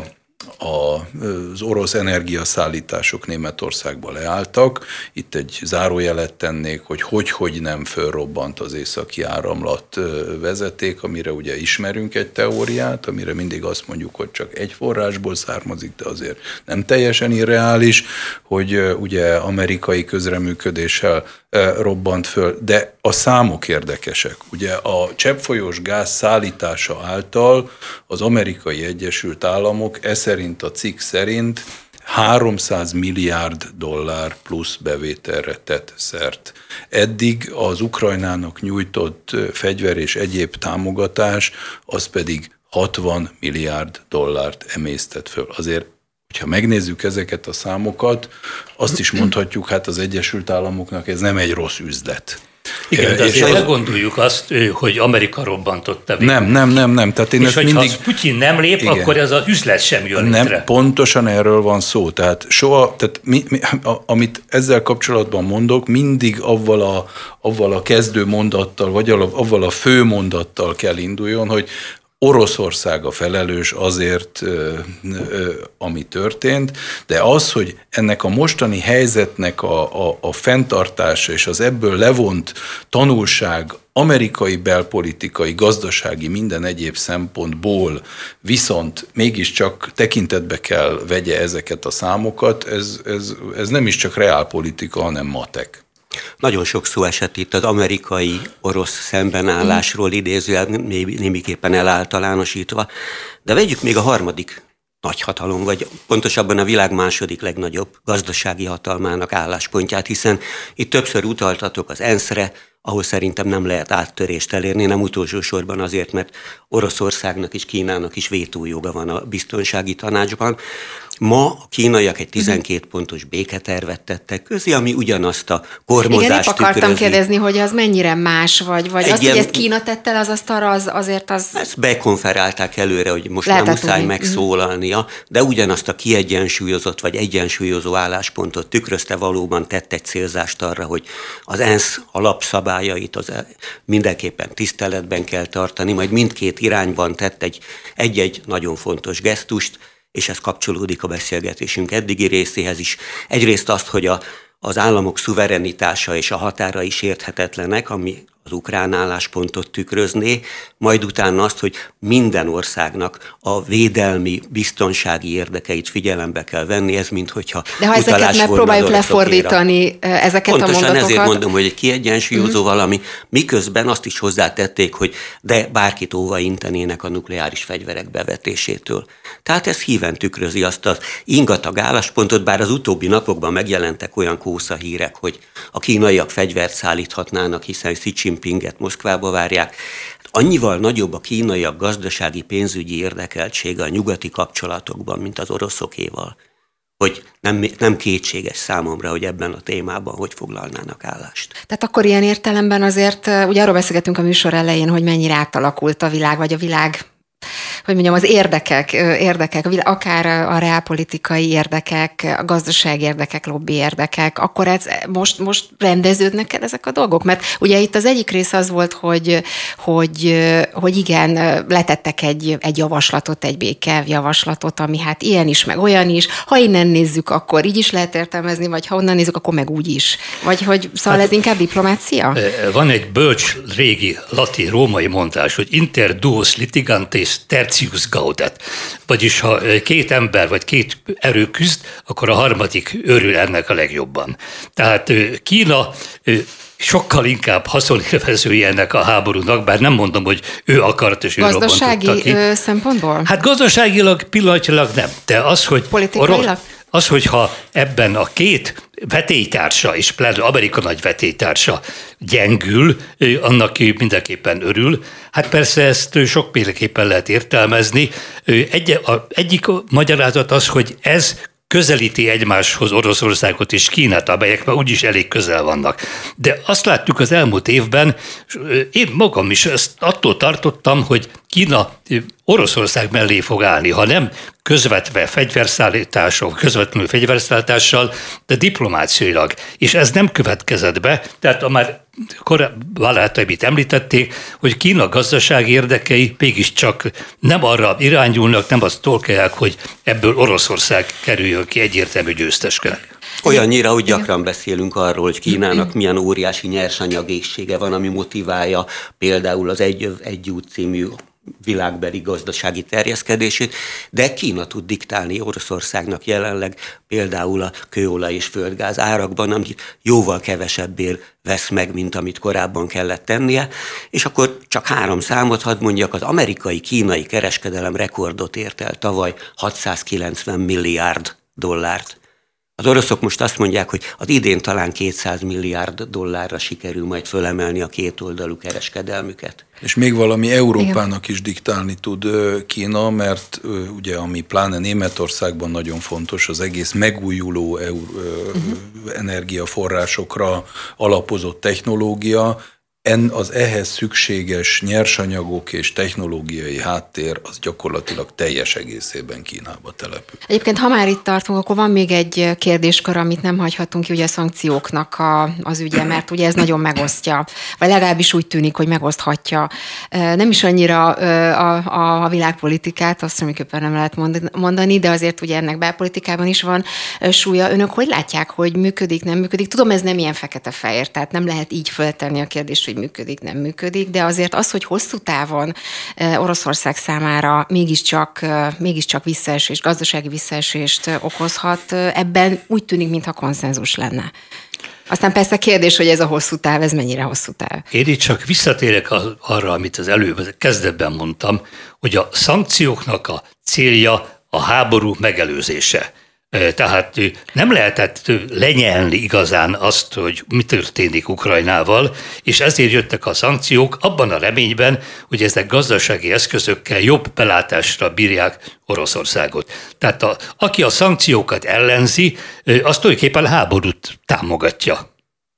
az orosz energiaszállítások Németországba leálltak. Itt egy zárójelet tennék, hogy nem fölrobbant az északi áramlat vezeték, amire ugye ismerünk egy teóriát, amire mindig azt mondjuk, hogy csak egy forrásból származik, de azért nem teljesen irreális, hogy ugye amerikai közreműködéssel robbant föl, de a számok érdekesek. Ugye a cseppfolyós gáz szállítása által az Amerikai Egyesült Államok szerint, a cikk szerint 300 milliárd dollár plusz bevételre tett szert. Eddig az Ukrajnának nyújtott fegyver és egyéb támogatás, az pedig 60 milliárd dollárt emésztett föl. Azért, hogyha megnézzük ezeket a számokat, azt is mondhatjuk, hát az Egyesült Államoknak ez nem egy rossz üzlet. Igen, de azért elgondoljuk azt, hogy Amerika robbantotta végül. Nem. Tehát én és ezt hogyha mindig... Putyin nem lép, igen, akkor ez az üzlet sem jön létre. Nem, pontosan erről van szó. Tehát soha, amit ezzel kapcsolatban mondok, mindig avval a kezdő mondattal, vagy avval a fő mondattal kell induljon, hogy Oroszország a felelős azért, ami történt, de az, hogy ennek a mostani helyzetnek a fenntartása és az ebből levont tanulság amerikai belpolitikai, gazdasági, minden egyéb szempontból viszont mégiscsak tekintetbe kell vegye ezeket a számokat, ez nem is csak reálpolitika, hanem matek. Nagyon sok szó esett itt az amerikai-orosz szembenállásról, idézően némiképpen eláltalánosítva, de vegyük még a harmadik nagyhatalom, vagy pontosabban a világ második legnagyobb gazdasági hatalmának álláspontját, hiszen itt többször utaltatok az ENSZ-re, ahol szerintem nem lehet áttörést elérni, nem utolsó sorban azért, mert Oroszországnak és Kínának is vétójoga van a biztonsági tanácsban. Ma a kínaiak egy 12 pontos béketervet tettek közé, ami ugyanazt a kormozást tükrözi. Igen, akartam kérdezni, hogy az mennyire más, vagy azt, hogy ezt Kína tette le az asztalra, azért az... Ezt bekonferálták előre, hogy most nem muszáj megszólalnia, de ugyanazt a kiegyensúlyozott vagy egyensúlyozó álláspontot tükrözte, valóban tett egy célzást arra, hogy az ENSZ alapszabályait mindenképpen tiszteletben kell tartani, majd mindkét irányban tett egy-egy nagyon fontos gesztust, és ez kapcsolódik a beszélgetésünk eddigi részéhez is. Egyrészt azt, hogy az államok szuverenitása és a határai sérthetetlenek, ami az ukrán álláspontot tükrözné, majd utána azt, hogy minden országnak a védelmi, biztonsági érdekeit figyelembe kell venni, ez minthogyha de ha ezeket megpróbáljuk lefordítani, ezeket pontosan a mondatokat... Pontosan ezért mondom, hogy egy kiegyensúlyozó valami, miközben azt is hozzátették, hogy de bárkit óva intenének a nukleáris fegyverek bevetésétől. Tehát ez híven tükrözi azt az ingatag álláspontot, bár az utóbbi napokban megjelentek olyan kószahírek, hogy a kínaiak fegyvert szállíthatnának, hiszen Xi Jinpinget Moszkvába várják. Annyival nagyobb a kínaiak gazdasági pénzügyi érdekeltsége a nyugati kapcsolatokban, mint az oroszokéval, hogy nem kétséges számomra, hogy ebben a témában hogy foglalnának állást. Tehát akkor ilyen értelemben azért, ugye arról beszélgetünk a műsor elején, hogy mennyire átalakult a világ, vagy a világ, hogy mondjam, az érdekek, akár a reálpolitikai érdekek, a gazdasági érdekek, lobby érdekek, akkor ez most rendeződnek el ezek a dolgok? Mert ugye itt az egyik rész az volt, hogy igen, letettek egy javaslatot, egy béke javaslatot, ami hát ilyen is, meg olyan is. Ha innen nézzük, akkor így is lehet értelmezni, vagy ha onnan nézzük, akkor meg úgy is. Vagy hogy szóval ez inkább diplomácia? Van egy bölcs régi latin-római mondás, hogy inter duos litigantes tertius gaudet. Vagyis ha két ember vagy két erő küzd, akkor a harmadik örül ennek a legjobban. Tehát Kína sokkal inkább haszonélvezője ennek a háborúnak, bár nem mondom, hogy ő akart és ő robbantotta ki. Gazdasági szempontból? Hát gazdaságilag pillanatilag nem, de az, hogyha ebben a két vetélytársa, és pláne Amerika nagy vetélytársa gyengül, annak mindenképpen örül. Hát persze ezt sokféleképpen lehet értelmezni. Egyik magyarázat az, hogy ez közelíti egymáshoz Oroszországot és Kínát, amelyek már úgyis elég közel vannak. De azt láttuk az elmúlt évben, én magam is ezt attól tartottam, hogy Kína Oroszország mellé fog állni, ha nem közvetlenül fegyverszállítással, de diplomáciailag. És ez nem következett be, tehát már korábban amit említették, hogy Kína gazdasági érdekei mégiscsak nem arra irányulnak, nem azt tolkálják, hogy ebből Oroszország kerüljön ki egyértelmű győztesnek. Olyannyira, hogy gyakran beszélünk arról, hogy Kínának milyen óriási nyersanyagészsége van, ami motiválja például az Egy út című világbeli gazdasági terjeszkedését, de Kína tud diktálni Oroszországnak jelenleg például a kőolaj és földgáz árakban, amit jóval kevesebbért vesz meg, mint amit korábban kellett tennie, és akkor csak 3 számot hadd mondjak, az amerikai-kínai kereskedelem rekordot ért el tavaly 690 milliárd dollárt. Az oroszok most azt mondják, hogy az idén talán 200 milliárd dollárra sikerül majd fölemelni a kétoldalú kereskedelmüket. És még valami Európának is diktálni tud Kína, mert ugye ami pláne Németországban nagyon fontos, az egész megújuló energiaforrásokra alapozott technológia, az ehhez szükséges nyersanyagok és technológiai háttér az gyakorlatilag teljes egészében Kínába települ. Egyébként, ha már itt tartunk, akkor van még egy kérdéskör, amit nem hagyhatunk ki, ugye a szankcióknak az ügye, mert ugye ez nagyon megosztja, vagy legalábbis úgy tűnik, hogy megoszthatja. Nem is annyira a világpolitikát, azt semmiképpen nem lehet mondani, de azért ugye ennek belpolitikában is van súlya. Önök hogy látják, hogy működik, nem működik? Tudom, ez nem ilyen fekete-fehér, tehát nem lehet így feltenni a kérdést, hogy működik, nem működik, de azért az, hogy hosszú távon Oroszország számára mégiscsak visszaesés, gazdasági visszaesést okozhat, ebben úgy tűnik, mintha konszenzus lenne. Aztán persze kérdés, hogy ez a hosszú táv, ez mennyire hosszú táv. Én itt csak visszatérek arra, amit az előbb kezdetben mondtam, hogy a szankcióknak a célja a háború megelőzése. Tehát nem lehetett lenyelni igazán azt, hogy mi történik Ukrajnával, és ezért jöttek a szankciók abban a reményben, hogy ezek gazdasági eszközökkel jobb belátásra bírják Oroszországot. Tehát aki a szankciókat ellenzi, az tulajdonképpen háborút támogatja.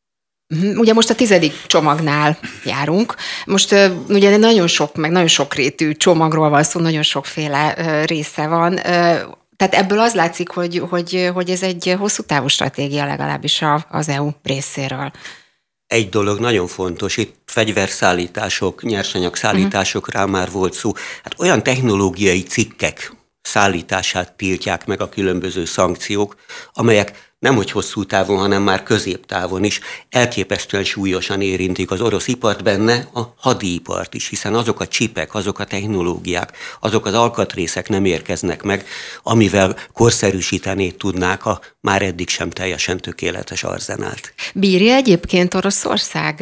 Ugye most a 10. csomagnál járunk. Most ugye nagyon sokrétű csomagról van szó, nagyon sokféle része van. Tehát ebből az látszik, hogy ez egy hosszú távú stratégia legalábbis az EU részéről. Egy dolog nagyon fontos, itt fegyverszállítások, nyersanyagszállításokra már volt szó. Hát olyan technológiai cikkek szállítását tiltják meg a különböző szankciók, amelyek nemhogy hosszú távon, hanem már középtávon is elképesztően súlyosan érintik az orosz ipart, benne a hadipart is, hiszen azok a csipek, azok a technológiák, azok az alkatrészek nem érkeznek meg, amivel korszerűsíteni tudnák a már eddig sem teljesen tökéletes arzenált. Bírja egyébként Oroszország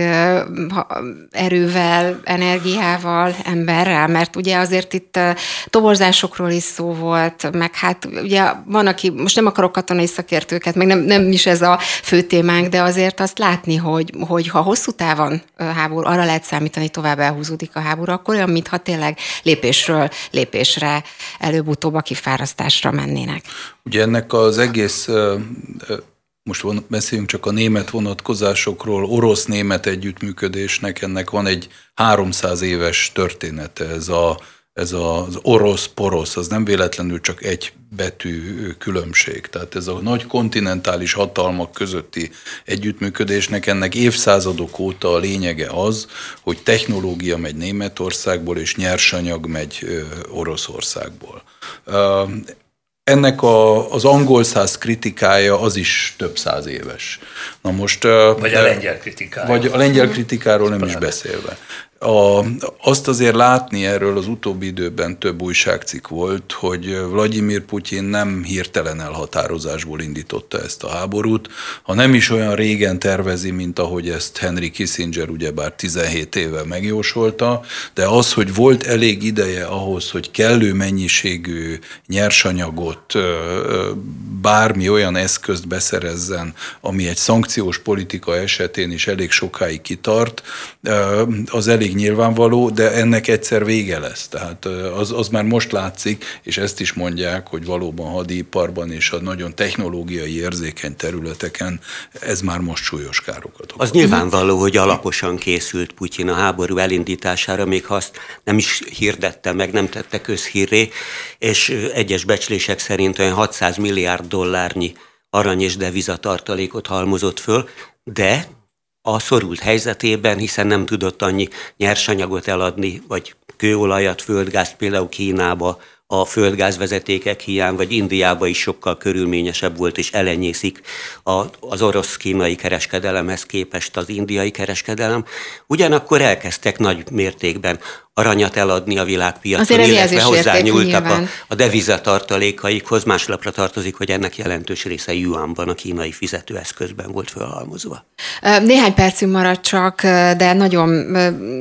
erővel, energiával, emberrel? Mert ugye azért itt toborzásokról is szó volt, meg hát ugye van, aki, most nem akarok katonai szakértőket, meg nem is ez a fő témánk, de azért azt látni, hogy ha hosszú távon háború, arra lehet számítani, tovább elhúzódik a háború, akkor olyan, mintha tényleg lépésről lépésre előbb-utóbb a kifárasztásra mennének. Ugye ennek az egész, most beszéljünk csak a német vonatkozásokról, orosz-német együttműködésnek, ennek van egy 300 éves története, ez az orosz-porosz, az nem véletlenül csak egy betű különbség. Tehát ez a nagy kontinentális hatalmak közötti együttműködésnek, ennek évszázadok óta a lényege az, hogy technológia megy Németországból, és nyersanyag megy Oroszországból. Ennek az angol száz kritikája az is több száz éves. Na most, vagy a lengyel kritikája. Vagy a lengyel kritikáról nem is beszélve. Azt azért látni, erről az utóbbi időben több újságcikk volt, hogy Vladimir Putyin nem hirtelen elhatározásból indította ezt a háborút, ha nem is olyan régen tervezi, mint ahogy ezt Henry Kissinger ugyebár 17 éve megjósolta, de az, hogy volt elég ideje ahhoz, hogy kellő mennyiségű nyersanyagot, bármi olyan eszközt beszerezzen, ami egy szankciós politika esetén is elég sokáig kitart, az elég nyilvánvaló, de ennek egyszer vége lesz. Tehát az már most látszik, és ezt is mondják, hogy valóban hadiiparban és a nagyon technológiai érzékeny területeken ez már most súlyos károkat okoz. Az nyilvánvaló, hogy alaposan készült Putyin a háború elindítására, még ha azt nem is hirdette meg, nem tette közhírré, és egyes becslések szerint olyan 600 milliárd dollárnyi arany- és devizatartalékot halmozott föl, de a szorult helyzetében, hiszen nem tudott annyi nyersanyagot eladni, vagy kőolajat, földgázt például Kínába, a földgázvezetékek hiány, vagy Indiába is sokkal körülményesebb volt, és elenyészik az orosz-kínai kereskedelemhez képest az indiai kereskedelem. Ugyanakkor elkezdtek nagy mértékben aranyat eladni a világpiacon, illetve hozzányúltak a devizatartalékaikhoz. Máslapra tartozik, hogy ennek jelentős része yuanban, a kínai fizetőeszközben volt felhalmozva. Néhány percünk maradt csak, de nagyon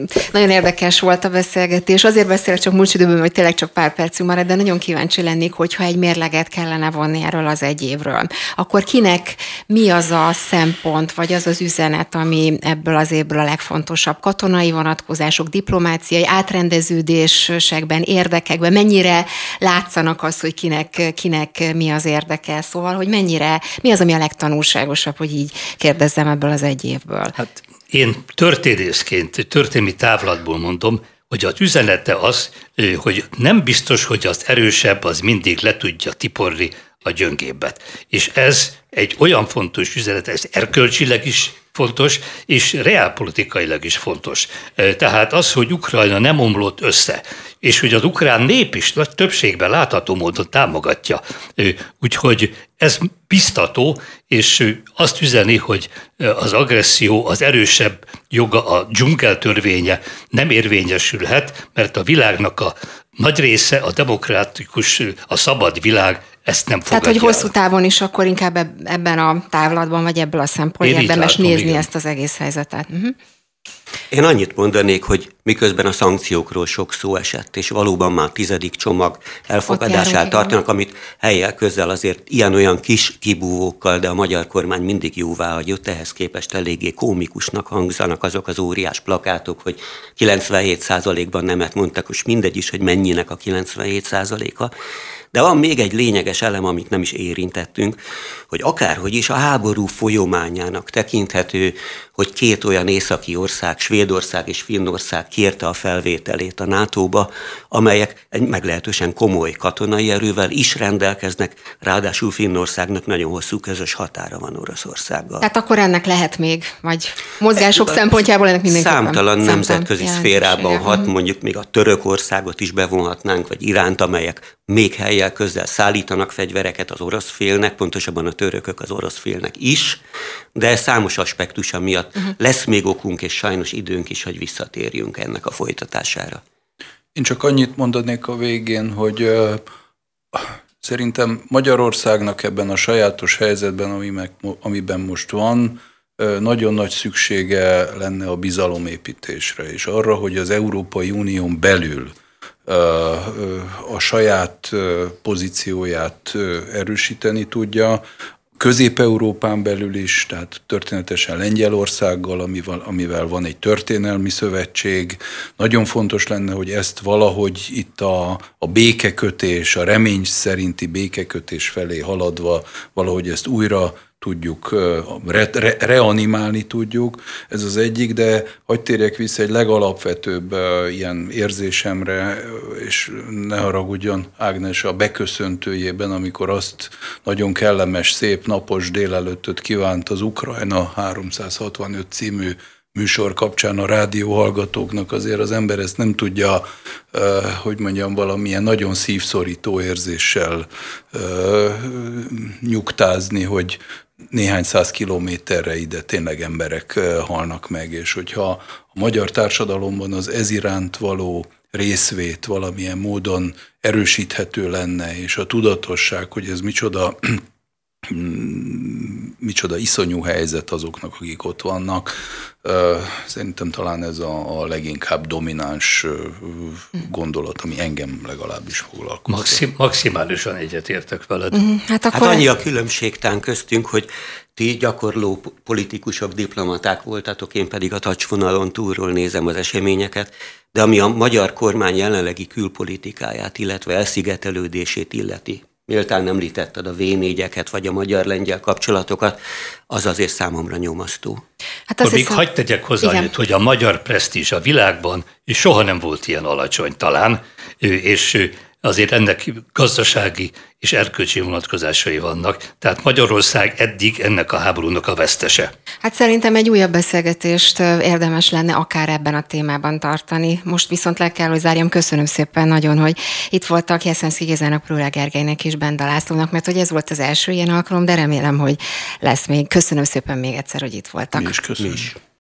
érdekes volt a beszélgetés. Azért beszélek csak múlt időben, hogy tényleg csak pár percünk maradt, de nagyon kíváncsi lennék, hogyha egy mérleget kellene vonni erről az egy évről. Akkor kinek mi az a szempont, vagy az az üzenet, ami ebből az évből a legfontosabb? Katonai vonatkozások, diplomáciai, átrendeződésekben, érdekekben, mennyire látszanak az, hogy kinek mi az érdeke, szóval, hogy mi az, ami a legtanulságosabb, hogy így kérdezzem ebből az egy évből. Hát én történészként, történelmi távlatból mondom, hogy az üzenete az, hogy nem biztos, hogy az erősebb az mindig le tudja tiporni a gyöngébbet. És ez egy olyan fontos üzenet, ez erkölcsileg is fontos, és reálpolitikailag is fontos. Tehát az, hogy Ukrajna nem omlott össze, és hogy az ukrán nép is nagy többségben látható módon támogatja. Úgyhogy ez biztató, és azt üzeni, hogy az agresszió, az erősebb joga, a dzsungel törvénye nem érvényesülhet, mert a világnak a nagy része, a demokratikus, a szabad világ ezt nem fogadja. Tehát, hogy hosszú távon is akkor inkább ebben a távlatban, vagy ebből a szempontból érdemes nézni igen. Ezt az egész helyzetet. Én annyit mondanék, hogy miközben a szankciókról sok szó esett, és valóban már 10. csomag elfogadását tartanak, amit helyjel közel azért ilyen-olyan kis kibúvókkal, de a magyar kormány mindig jóváhagyott, ehhez képest eléggé komikusnak hangzanak azok az óriás plakátok, hogy 97%-ban nemet mondtak, és mindegy is, hogy mennyinek a 97%-a. De van még egy lényeges elem, amit nem is érintettünk, hogy akárhogy is a háború folyamányának tekinthető, hogy két olyan északi ország, Svédország és Finnország kérte a felvételét a NATO-ba, amelyek egy meglehetősen komoly katonai erővel is rendelkeznek, ráadásul Finnországnak nagyon hosszú közös határa van Oroszországgal. Tehát akkor ennek lehet még, vagy mozgások szempontjából ennek mindenképpen. Számtalan nemzetközi szférában hat, mondjuk még a Törökországot is bevonhatnánk, vagy Iránt, amelyek még helyjel közel szállítanak fegyvereket az orosz félnek, pontosabban a törökök az orosz félnek is, de számos aspektusa miatt lesz még okunk, és sajnos időnk is, hogy visszatérjünk ennek a folytatására. Én csak annyit mondanék a végén, hogy szerintem Magyarországnak ebben a sajátos helyzetben, amiben most van, nagyon nagy szüksége lenne a bizalomépítésre, és arra, hogy az Európai Unión belül a saját pozícióját erősíteni tudja. Közép-Európán belül is, tehát történetesen Lengyelországgal, amivel van egy történelmi szövetség. Nagyon fontos lenne, hogy ezt valahogy itt a békekötés, a remény szerinti békekötés felé haladva valahogy ezt újra tudjuk, reanimálni tudjuk. Ez az egyik, de hadd térjek vissza egy legalapvetőbb ilyen érzésemre, és ne haragudjon Ágnes a beköszöntőjében, amikor azt nagyon kellemes, szép, napos délelőttöt kívánt az Ukrajna 365 című műsor kapcsán a rádióhallgatóknak, azért az ember ezt nem tudja, hogy mondjam, valamilyen nagyon szívszorító érzéssel nyugtázni, hogy néhány száz kilométerre ide tényleg emberek halnak meg, és hogyha a magyar társadalomban az ez iránt való részvét valamilyen módon erősíthető lenne, és a tudatosság, hogy ez micsoda iszonyú helyzet azoknak, akik ott vannak. Szerintem talán ez a leginkább domináns gondolat, ami engem legalábbis foglalkoztat. Maximálisan egyetértek veled. Hát annyi a különbségtán köztünk, hogy ti gyakorló politikusok, diplomaták voltatok, én pedig a tacsvonalon túlról nézem az eseményeket, de ami a magyar kormány jelenlegi külpolitikáját, illetve elszigetelődését illeti, méltán említetted a V4-eket, vagy a magyar-lengyel kapcsolatokat, az azért számomra nyomasztó. Hát még hagyd tegyek hozzá annyit, hogy a magyar presztízs a világban soha nem volt ilyen alacsony talán, és azért ennek gazdasági és erkölcsi vonatkozásai vannak. Tehát Magyarország eddig ennek a háborúnak a vesztese. Hát szerintem egy újabb beszélgetést érdemes lenne akár ebben a témában tartani. Most viszont le kell, hogy zárjam. Köszönöm szépen nagyon, hogy itt voltak Jeszenszky Gézának, Prőle Gergelynek és Benda Lászlónak, mert hogy ez volt az első ilyen alkalom, de remélem, hogy lesz még. Köszönöm szépen még egyszer, hogy itt voltak. Mi is köszönjük.